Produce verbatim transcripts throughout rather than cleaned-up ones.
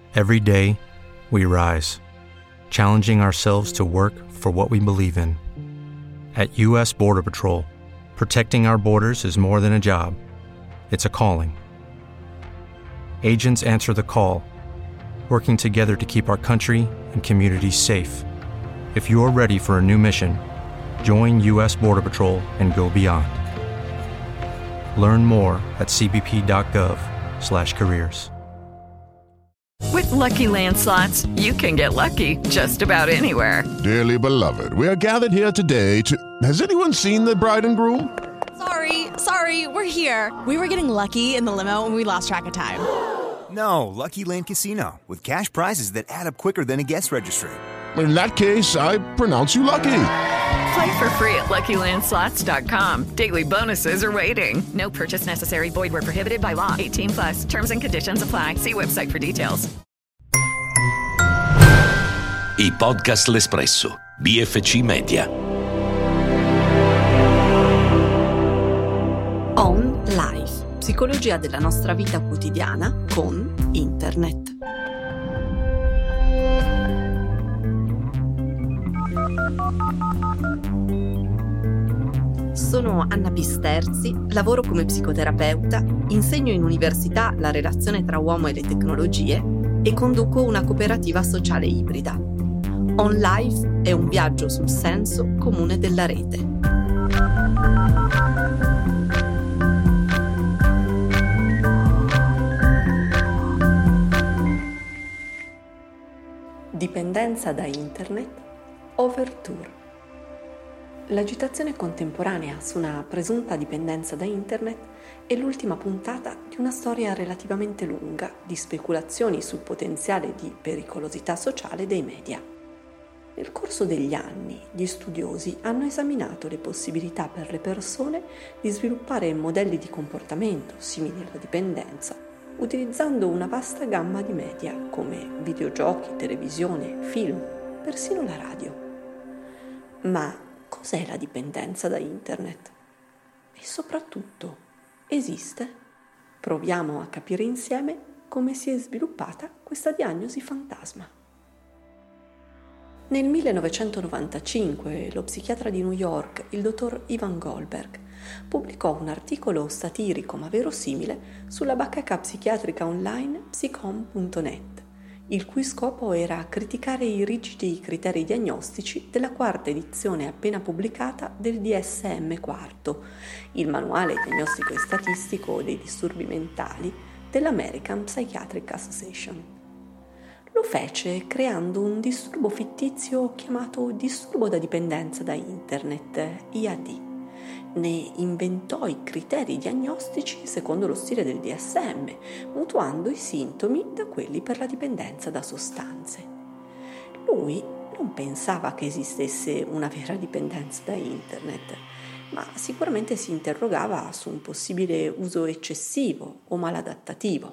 Every day, we rise, challenging ourselves to work for what we believe in. At U S Border Patrol, protecting our borders is more than a job. It's a calling. Agents answer the call, working together to keep our country and communities safe. If you're ready for a new mission, join U S Border Patrol and go beyond. Learn more at c b p dot gov slash careers. With Lucky Land Slots, you can get lucky just about anywhere. Dearly beloved, we are gathered here today to... Has anyone seen the bride and groom? Sorry, sorry, we're here. We were getting lucky in the limo and we lost track of time. No, Lucky Land Casino, with cash prizes that add up quicker than a guest registry. In that case, I pronounce you lucky. Play for free at lucky land slots dot com. Daily bonuses are waiting. No purchase necessary. Void where prohibited by law. eighteen plus. Terms and conditions apply. See website for details. I podcast L'Espresso, B F C Media. On Life, psicologia della nostra vita quotidiana con Internet. Sono Anna Pisterzi, lavoro come psicoterapeuta, insegno in università la relazione tra uomo e le tecnologie e conduco una cooperativa sociale ibrida. On Life è un viaggio sul senso comune della rete. Dipendenza da Internet, Overture. L'agitazione contemporanea su una presunta dipendenza da Internet è l'ultima puntata di una storia relativamente lunga di speculazioni sul potenziale di pericolosità sociale dei media. Nel corso degli anni, gli studiosi hanno esaminato le possibilità per le persone di sviluppare modelli di comportamento simili alla dipendenza, utilizzando una vasta gamma di media come videogiochi, televisione, film, persino la radio. Ma cos'è la dipendenza da Internet? E soprattutto, esiste? Proviamo a capire insieme come si è sviluppata questa diagnosi fantasma. Nel millenovecentonovantacinque lo psichiatra di New York, il dottor Ivan Goldberg, pubblicò un articolo satirico ma verosimile sulla bacheca psichiatrica online psychom punto net, il cui scopo era criticare i rigidi criteri diagnostici della quarta edizione appena pubblicata del D S M quattro, il manuale diagnostico e statistico dei disturbi mentali dell'American Psychiatric Association. Lo fece creando un disturbo fittizio chiamato disturbo da dipendenza da Internet, I A D. Ne inventò i criteri diagnostici secondo lo stile del D S M, mutuando i sintomi da quelli per la dipendenza da sostanze. Lui non pensava che esistesse una vera dipendenza da Internet, ma sicuramente si interrogava su un possibile uso eccessivo o maladattativo.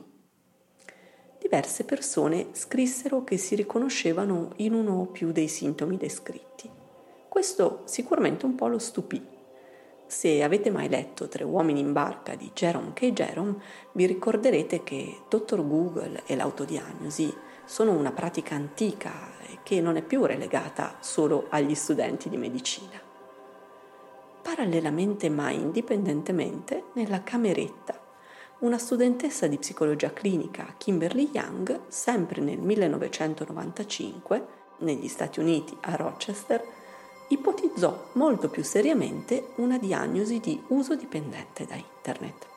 Diverse persone scrissero che si riconoscevano in uno o più dei sintomi descritti. Questo sicuramente un po' lo stupì. Se avete mai letto Tre uomini in barca di Jerome K. Jerome, vi ricorderete che dottor Google e l'autodiagnosi sono una pratica antica e che non è più relegata solo agli studenti di medicina. Parallelamente ma indipendentemente, nella cameretta, una studentessa di psicologia clinica, Kimberly Young, sempre nel millenovecentonovantacinque, negli Stati Uniti a Rochester, ipotizzò molto più seriamente una diagnosi di uso dipendente da Internet.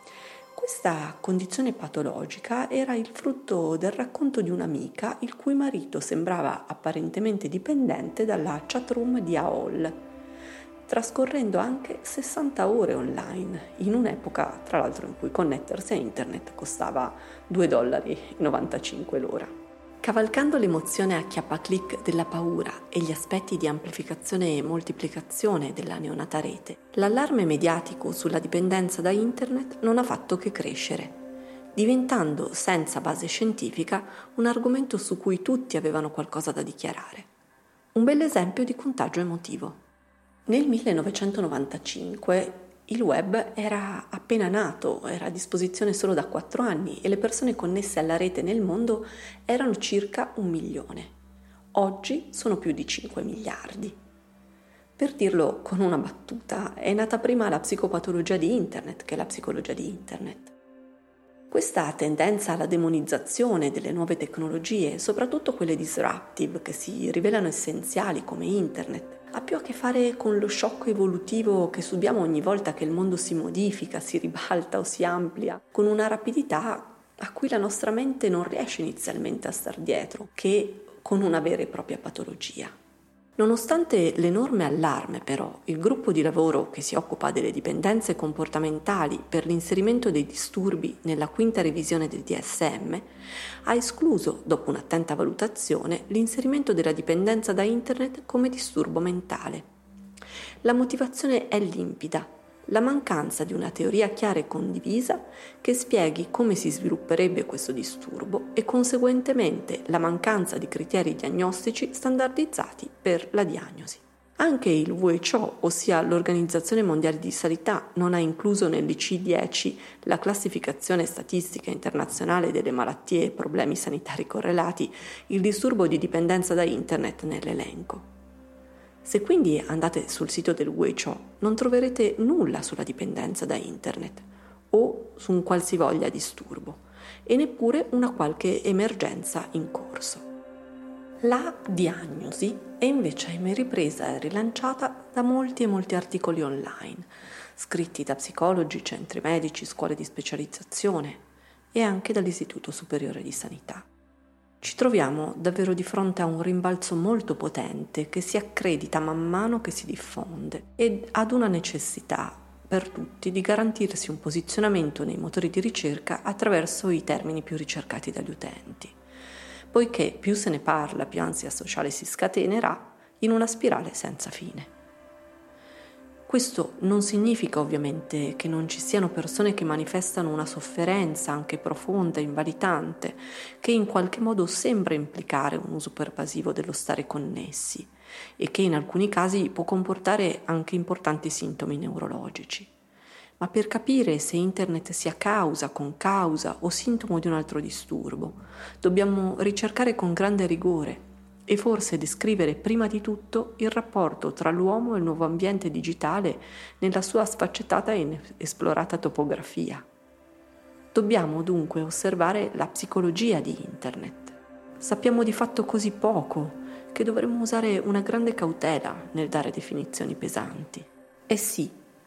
Questa condizione patologica era il frutto del racconto di un'amica il cui marito sembrava apparentemente dipendente dalla chatroom di A O L, trascorrendo anche sessanta ore online, in un'epoca tra l'altro in cui connettersi a Internet costava due dollari e novantacinque l'ora. Cavalcando l'emozione a chiappaclic della paura e gli aspetti di amplificazione e moltiplicazione della neonata rete, l'allarme mediatico sulla dipendenza da Internet non ha fatto che crescere, diventando senza base scientifica un argomento su cui tutti avevano qualcosa da dichiarare. Un bell'esempio di contagio emotivo. Nel millenovecentonovantacinque Il web era appena nato, era a disposizione solo da quattro anni e le persone connesse alla rete nel mondo erano circa un milione. Oggi sono più di cinque miliardi. Per dirlo con una battuta, è nata prima la psicopatologia di Internet che la psicologia di Internet. Questa tendenza alla demonizzazione delle nuove tecnologie, soprattutto quelle disruptive che si rivelano essenziali come Internet, ha più a che fare con lo shock evolutivo che subiamo ogni volta che il mondo si modifica, si ribalta o si amplia, con una rapidità a cui la nostra mente non riesce inizialmente a star dietro, che con una vera e propria patologia. Nonostante l'enorme allarme, però, il gruppo di lavoro che si occupa delle dipendenze comportamentali per l'inserimento dei disturbi nella quinta revisione del D S M ha escluso, dopo un'attenta valutazione, l'inserimento della dipendenza da Internet come disturbo mentale. La motivazione è limpida: la mancanza di una teoria chiara e condivisa che spieghi come si svilupperebbe questo disturbo e conseguentemente la mancanza di criteri diagnostici standardizzati per la diagnosi. Anche il W H O, ossia l'Organizzazione Mondiale di Sanità, non ha incluso nell'I C dieci, la classificazione statistica internazionale delle malattie e problemi sanitari correlati, il disturbo di dipendenza da Internet nell'elenco. Se quindi andate sul sito del W H O non troverete nulla sulla dipendenza da Internet o su un qualsivoglia disturbo e neppure una qualche emergenza in corso. La diagnosi è invece ripresa e rilanciata da molti e molti articoli online, scritti da psicologi, centri medici, scuole di specializzazione e anche dall'Istituto Superiore di Sanità. Ci troviamo davvero di fronte a un rimbalzo molto potente che si accredita man mano che si diffonde e ad una necessità per tutti di garantirsi un posizionamento nei motori di ricerca attraverso i termini più ricercati dagli utenti, poiché più se ne parla, più ansia sociale si scatenerà in una spirale senza fine. Questo non significa ovviamente che non ci siano persone che manifestano una sofferenza anche profonda e invalidante, che in qualche modo sembra implicare un uso pervasivo dello stare connessi e che in alcuni casi può comportare anche importanti sintomi neurologici. Ma per capire se Internet sia causa, concausa o sintomo di un altro disturbo, dobbiamo ricercare con grande rigore e forse descrivere prima di tutto il rapporto tra l'uomo e il nuovo ambiente digitale nella sua sfaccettata e inesplorata topografia. Dobbiamo dunque osservare la psicologia di Internet. Sappiamo di fatto così poco che dovremmo usare una grande cautela nel dare definizioni pesanti. Eh sì,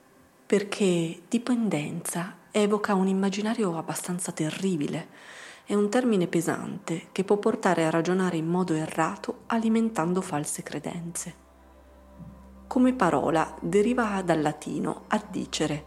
perché dipendenza evoca un immaginario abbastanza terribile. È un termine pesante che può portare a ragionare in modo errato alimentando false credenze. Come parola deriva dal latino addicere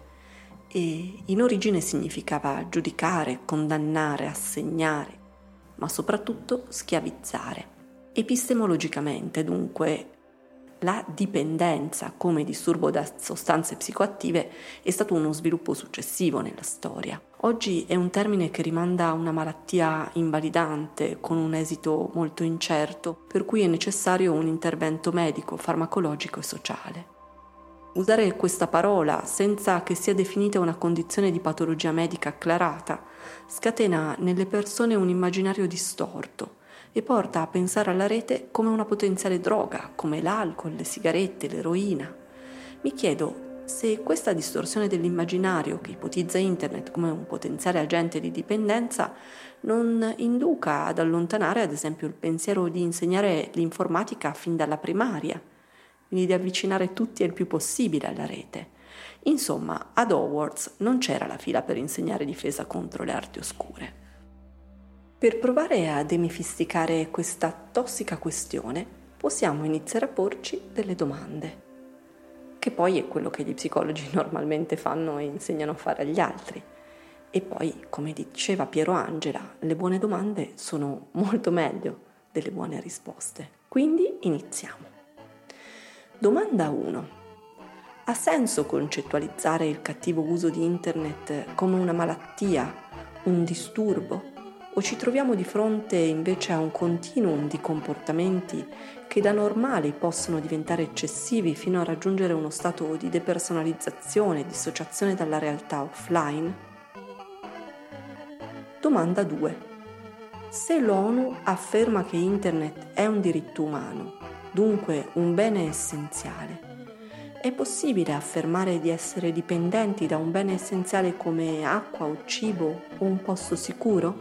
e in origine significava giudicare, condannare, assegnare, ma soprattutto schiavizzare. Epistemologicamente, dunque, la dipendenza come disturbo da sostanze psicoattive è stato uno sviluppo successivo nella storia. Oggi è un termine che rimanda a una malattia invalidante con un esito molto incerto, per cui è necessario un intervento medico, farmacologico e sociale. Usare questa parola senza che sia definita una condizione di patologia medica acclarata scatena nelle persone un immaginario distorto e porta a pensare alla rete come una potenziale droga, come l'alcol, le sigarette, l'eroina. Mi chiedo se questa distorsione dell'immaginario che ipotizza Internet come un potenziale agente di dipendenza non induca ad allontanare ad esempio il pensiero di insegnare l'informatica fin dalla primaria, quindi di avvicinare tutti il più possibile alla rete. Insomma, ad Hogwarts non c'era la fila per insegnare difesa contro le arti oscure. Per provare a demifisticare questa tossica questione, possiamo iniziare a porci delle domande, che poi è quello che gli psicologi normalmente fanno e insegnano a fare agli altri. E poi, come diceva Piero Angela, le buone domande sono molto meglio delle buone risposte. Quindi iniziamo. Domanda uno. Ha senso concettualizzare il cattivo uso di Internet come una malattia, un disturbo, O ci troviamo di fronte invece a un continuum di comportamenti che da normali possono diventare eccessivi fino a raggiungere uno stato di depersonalizzazione, dissociazione dalla realtà offline? Domanda due. Se l'ONU afferma che Internet è un diritto umano, dunque un bene essenziale, è possibile affermare di essere dipendenti da un bene essenziale come acqua o cibo o un posto sicuro?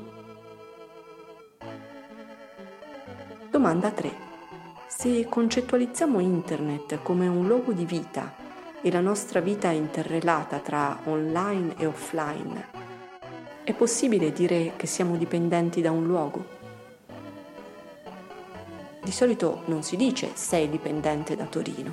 Domanda tre. Se concettualizziamo Internet come un luogo di vita e la nostra vita è interrelata tra online e offline, è possibile dire che siamo dipendenti da un luogo? Di solito non si dice sei dipendente da Torino.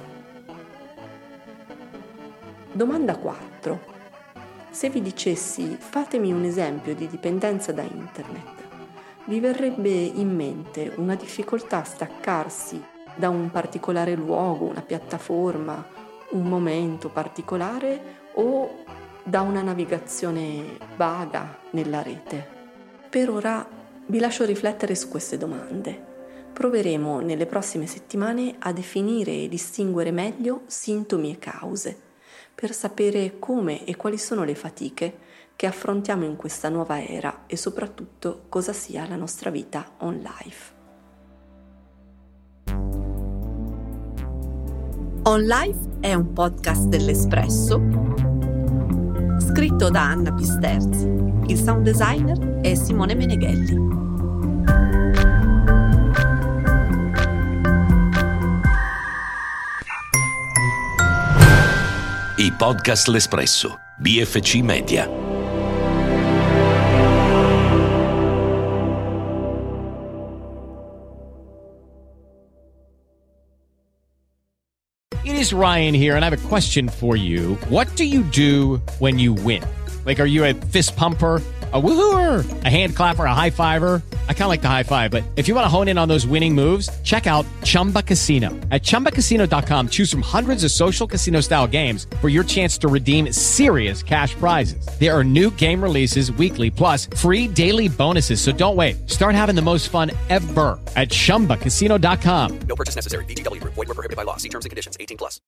Domanda quattro. Se vi dicessi fatemi un esempio di dipendenza da Internet, vi verrebbe in mente una difficoltà a staccarsi da un particolare luogo, una piattaforma, un momento particolare o da una navigazione vaga nella rete? Per ora vi lascio riflettere su queste domande. Proveremo nelle prossime settimane a definire e distinguere meglio sintomi e cause, per sapere come e quali sono le fatiche che affrontiamo in questa nuova era e soprattutto cosa sia la nostra vita on life. On Life è un podcast dell'Espresso scritto da Anna Pisterzi. Il sound designer è Simone Meneghelli. I podcast L'Espresso, B F C Media. It is Ryan here, and I have a question for you. What do you do when you win? Like, are you a fist pumper, a woohooer, a hand clapper, a high fiver? I kind of like the high five, but if you want to hone in on those winning moves, check out Chumba Casino. At chumba casino dot com, choose from hundreds of social casino style games for your chance to redeem serious cash prizes. There are new game releases weekly, plus free daily bonuses. So don't wait. Start having the most fun ever at chumba casino dot com. No purchase necessary. V G W Group. Void where prohibited by law. See terms and conditions. eighteen plus.